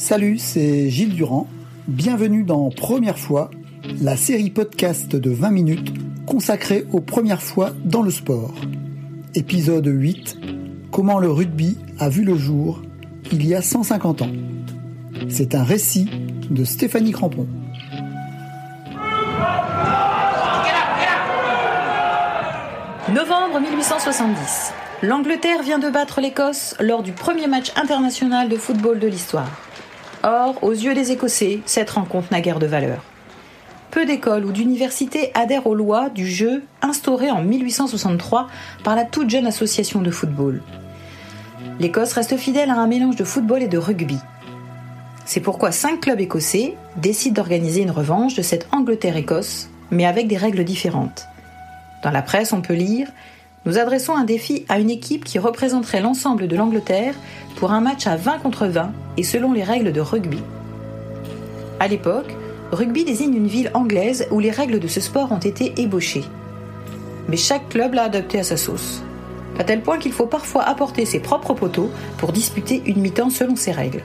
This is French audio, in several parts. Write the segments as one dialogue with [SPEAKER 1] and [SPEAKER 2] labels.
[SPEAKER 1] Salut, c'est Gilles Durand. Bienvenue dans Première fois, la série podcast de 20 minutes consacrée aux premières fois dans le sport. Épisode 8, comment le rugby a vu le jour il y a 150 ans. C'est un récit de Stéphanie Crampon.
[SPEAKER 2] Novembre 1870. L'Angleterre vient de battre l'Écosse lors du premier match international de football de l'histoire. Or, aux yeux des Écossais, cette rencontre n'a guère de valeur. Peu d'écoles ou d'universités adhèrent aux lois du jeu instaurées en 1863 par la toute jeune association de football. L'Écosse reste fidèle à un mélange de football et de rugby. C'est pourquoi 5 clubs écossais décident d'organiser une revanche de cette Angleterre-Écosse, mais avec des règles différentes. Dans la presse, on peut lire « Nous adressons un défi à une équipe qui représenterait l'ensemble de l'Angleterre pour un match à 20 contre 20 et selon les règles de rugby. » À l'époque, rugby désigne une ville anglaise où les règles de ce sport ont été ébauchées. Mais chaque club l'a adapté à sa sauce, à tel point qu'il faut parfois apporter ses propres poteaux pour disputer une mi-temps selon ses règles.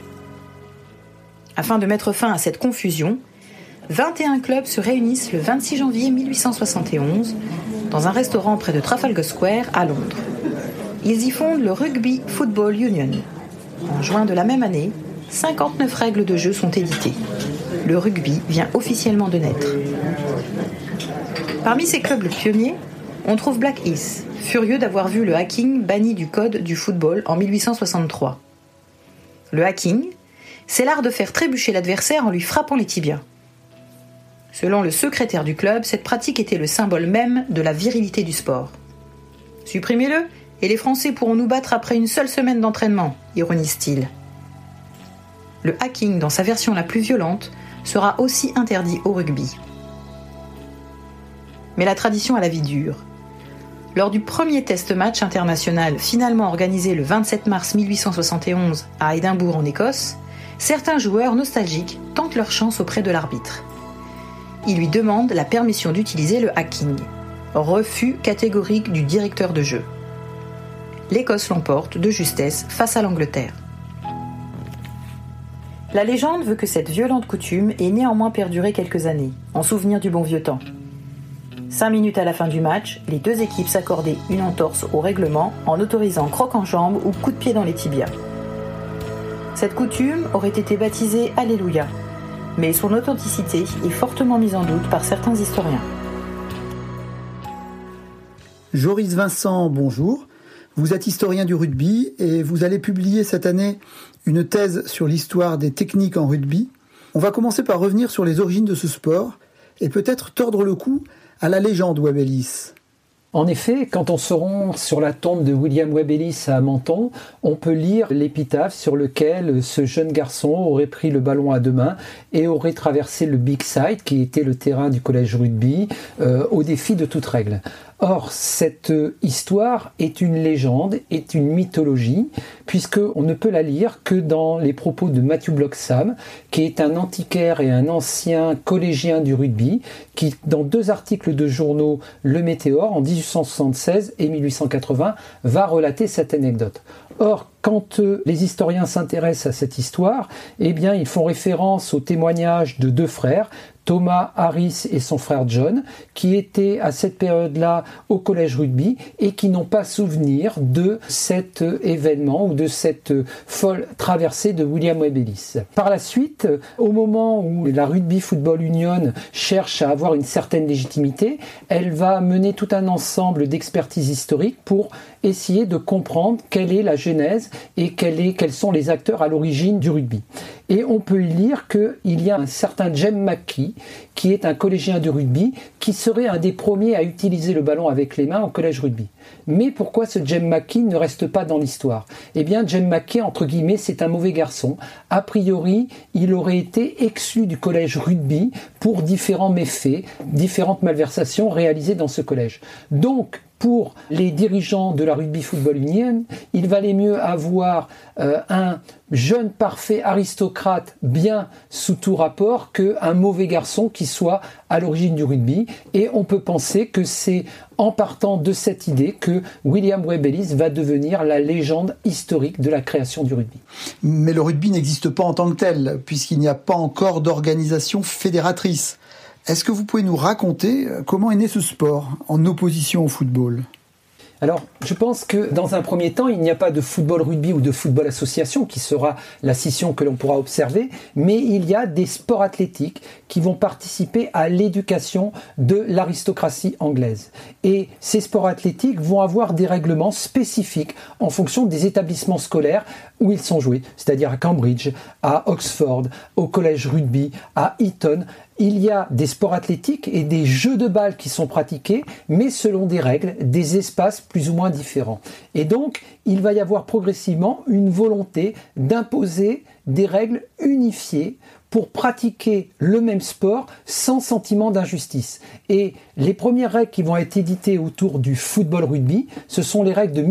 [SPEAKER 2] Afin de mettre fin à cette confusion, 21 clubs se réunissent le 26 janvier 1871 dans un restaurant près de Trafalgar Square à Londres. Ils y fondent le Rugby Football Union. En juin de la même année, 59 règles de jeu sont éditées. Le rugby vient officiellement de naître. Parmi ces clubs pionniers, on trouve Blackheath, furieux d'avoir vu le hacking banni du code du football en 1863. Le hacking, c'est l'art de faire trébucher l'adversaire en lui frappant les tibias. Selon le secrétaire du club, cette pratique était le symbole même de la virilité du sport. Supprimez-le, et les Français pourront nous battre après une seule semaine d'entraînement, ironise-t-il. Le hacking, dans sa version la plus violente, sera aussi interdit au rugby. Mais la tradition a la vie dure. Lors du premier test match international finalement organisé le 27 mars 1871 à Édimbourg en Écosse, certains joueurs nostalgiques tentent leur chance auprès de l'arbitre. Ils lui demandent la permission d'utiliser le hacking. Refus catégorique du directeur de jeu. L'Écosse l'emporte de justesse face à l'Angleterre. La légende veut que cette violente coutume ait néanmoins perduré quelques années, en souvenir du bon vieux temps. 5 minutes à la fin du match, les deux équipes s'accordaient une entorse au règlement en autorisant croc en jambe ou coup de pied dans les tibias. Cette coutume aurait été baptisée Alléluia, mais son authenticité est fortement mise en doute par certains historiens.
[SPEAKER 1] Joris Vincent, bonjour. Vous êtes historien du rugby et vous allez publier cette année une thèse sur l'histoire des techniques en rugby. On va commencer par revenir sur les origines de ce sport et peut-être tordre le cou à la légende Webb Ellis.
[SPEAKER 3] En effet, quand on se rend sur la tombe de William Webb Ellis à Menton, on peut lire l'épitaphe sur lequel ce jeune garçon aurait pris le ballon à deux mains et aurait traversé le Big Side, qui était le terrain du collège rugby, au défi de toute règle. Or, cette histoire est une légende, est une mythologie, puisqu'on ne peut la lire que dans les propos de Matthew Bloxham, qui est un antiquaire et un ancien collégien du rugby, qui, dans 2 articles de journaux, Le Météore, en 1876 et 1880, va relater cette anecdote. Or, quand les historiens s'intéressent à cette histoire, eh bien, ils font référence au témoignage de 2 frères, Thomas Harris et son frère John, qui étaient à cette période-là au collège rugby et qui n'ont pas souvenir de cet événement ou de cette folle traversée de William Webb Ellis. Par la suite, au moment où la Rugby Football Union cherche à avoir une certaine légitimité, elle va mener tout un ensemble d'expertises historiques pour essayer de comprendre quelle est la genèse et quels sont les acteurs à l'origine du rugby. Et on peut y lire qu'il y a un certain Jem McKee, qui est un collégien de rugby, qui serait un des premiers à utiliser le ballon avec les mains au collège rugby. Mais pourquoi ce Jem McKee ne reste pas dans l'histoire ? Eh bien, Jem McKee, entre guillemets, c'est un mauvais garçon. A priori, il aurait été exclu du collège rugby pour différents méfaits, différentes malversations réalisées dans ce collège. Donc, pour les dirigeants de la Rugby Football Union, il valait mieux avoir un jeune parfait aristocrate bien sous tout rapport qu'un mauvais garçon qui soit à l'origine du rugby. Et on peut penser que c'est en partant de cette idée que William Webb Ellis va devenir la légende historique de la création du rugby.
[SPEAKER 1] Mais le rugby n'existe pas en tant que tel, puisqu'il n'y a pas encore d'organisation fédératrice. Est-ce que vous pouvez nous raconter comment est né ce sport en opposition au football ?
[SPEAKER 3] Alors, je pense que dans un premier temps, il n'y a pas de football rugby ou de football association qui sera la scission que l'on pourra observer, mais il y a des sports athlétiques qui vont participer à l'éducation de l'aristocratie anglaise. Et ces sports athlétiques vont avoir des règlements spécifiques en fonction des établissements scolaires où ils sont joués, c'est-à-dire à Cambridge, à Oxford, au collège rugby, à Eton. Il y a des sports athlétiques et des jeux de balles qui sont pratiqués, mais selon des règles, des espaces plus ou moins différents. Et donc, il va y avoir progressivement une volonté d'imposer des règles unifiées pour pratiquer le même sport sans sentiment d'injustice. Et les premières règles qui vont être éditées autour du football rugby, ce sont les règles de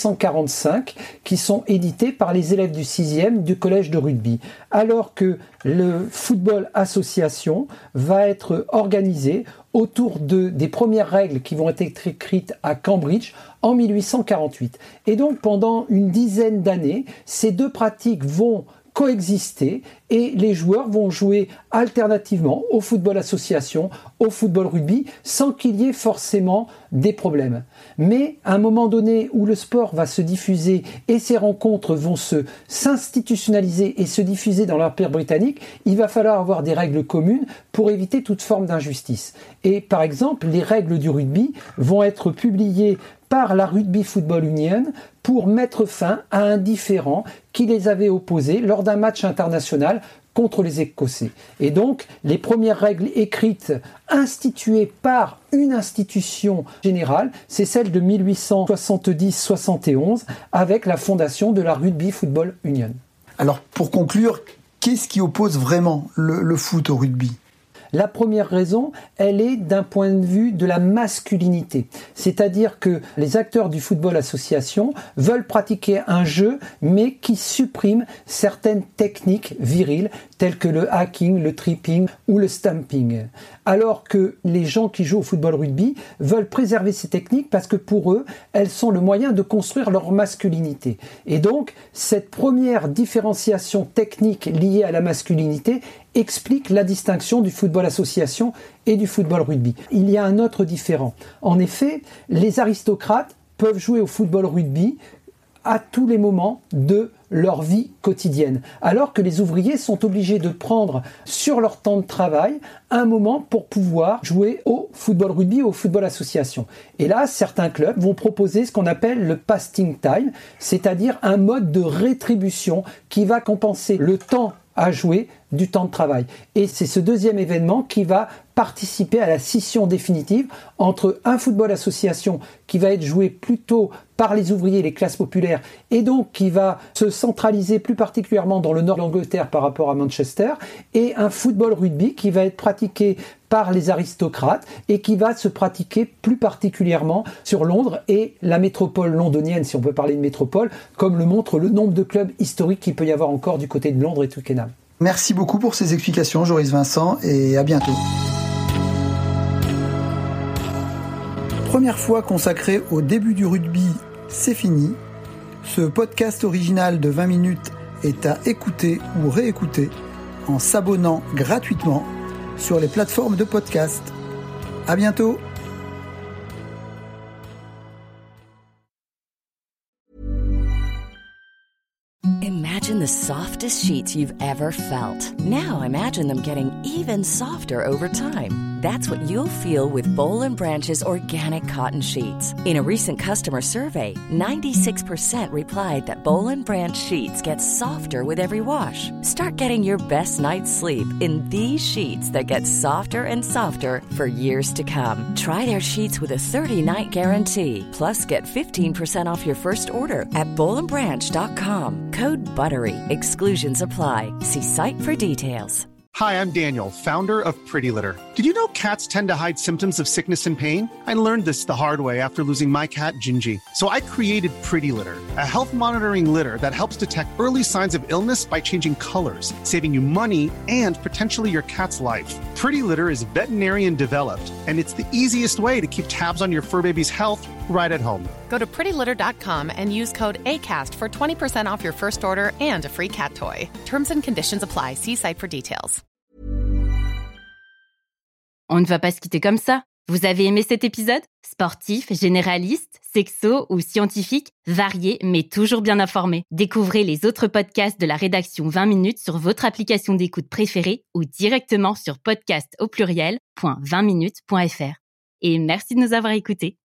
[SPEAKER 3] 1845 qui sont éditées par les élèves du 6e du collège de rugby. Alors que le football association va être organisé autour des premières règles qui vont être écrites à Cambridge en 1848. Et donc pendant une dizaine d'années, ces deux pratiques vont coexister et les joueurs vont jouer alternativement au football association, au football rugby, sans qu'il y ait forcément des problèmes. Mais à un moment donné où le sport va se diffuser et ces rencontres vont s'institutionnaliser et se diffuser dans l'Empire britannique, il va falloir avoir des règles communes pour éviter toute forme d'injustice. Et par exemple, les règles du rugby vont être publiées par la Rugby Football Union pour mettre fin à un différend qui les avait opposés lors d'un match international contre les Écossais. Et donc, les premières règles écrites instituées par une institution générale, c'est celle de 1870-71 avec la fondation de la Rugby Football Union.
[SPEAKER 1] Alors, pour conclure, qu'est-ce qui oppose vraiment le foot au rugby ?
[SPEAKER 3] La première raison, elle est d'un point de vue de la masculinité. C'est-à-dire que les acteurs du football association veulent pratiquer un jeu, mais qui supprime certaines techniques viriles, telles que le hacking, le tripping ou le stamping. Alors que les gens qui jouent au football rugby veulent préserver ces techniques parce que pour eux, elles sont le moyen de construire leur masculinité. Et donc, cette première différenciation technique liée à la masculinité explique la distinction du football association et du football rugby. Il y a un autre différent. En effet, les aristocrates peuvent jouer au football rugby à tous les moments de leur vie quotidienne, alors que les ouvriers sont obligés de prendre sur leur temps de travail un moment pour pouvoir jouer au football rugby ou au football association. Et là, certains clubs vont proposer ce qu'on appelle le pasting time, c'est-à-dire un mode de rétribution qui va compenser le temps à jouer du temps de travail. Et c'est ce deuxième événement qui va participer à la scission définitive entre un football association qui va être joué plutôt par les ouvriers et les classes populaires et donc qui va se centraliser plus particulièrement dans le nord de l'Angleterre par rapport à Manchester, et un football rugby qui va être pratiqué par les aristocrates et qui va se pratiquer plus particulièrement sur Londres et la métropole londonienne, si on peut parler de métropole, comme le montre le nombre de clubs historiques qu'il peut y avoir encore du côté de Londres et Twickenham.
[SPEAKER 1] Merci beaucoup pour ces explications, Joris Vincent, et à bientôt. Première fois consacrée au début du rugby, c'est fini. Ce podcast original de 20 minutes est à écouter ou réécouter en s'abonnant gratuitement sur les plateformes de podcast. À bientôt.
[SPEAKER 4] Imagine the softest sheets you've ever felt. Now imagine them getting even softer over time. That's what you'll feel with Boll & Branch's organic cotton sheets. In a recent customer survey, 96% replied that Boll & Branch sheets get softer with every wash. Start getting your best night's sleep in these sheets that get softer and softer for years to come. Try their sheets with a 30-night guarantee. Plus, get 15% off your first order at bollandbranch.com. Code BUTTERY. Exclusions apply. See site for details.
[SPEAKER 5] Hi, I'm Daniel, founder of Pretty Litter. Did you know cats tend to hide symptoms of sickness and pain? I learned this the hard way after losing my cat, Gingy. So I created Pretty Litter, a health monitoring litter that helps detect early signs of illness by changing colors, saving you money and potentially your cat's life. Pretty Litter is veterinarian developed, and it's the easiest way to keep tabs on your fur baby's health right at home.
[SPEAKER 6] Go to prettylitter.com and use code ACAST for 20% off your first order and a free cat toy. Terms and conditions apply. See site for details.
[SPEAKER 7] On ne va pas se quitter comme ça. Vous avez aimé cet épisode ? Sportif, généraliste, sexo ou scientifique, varié mais toujours bien informé. Découvrez les autres podcasts de la rédaction 20 minutes sur votre application d'écoute préférée ou directement sur podcast@20minutes.fr. Et merci de nous avoir écoutés.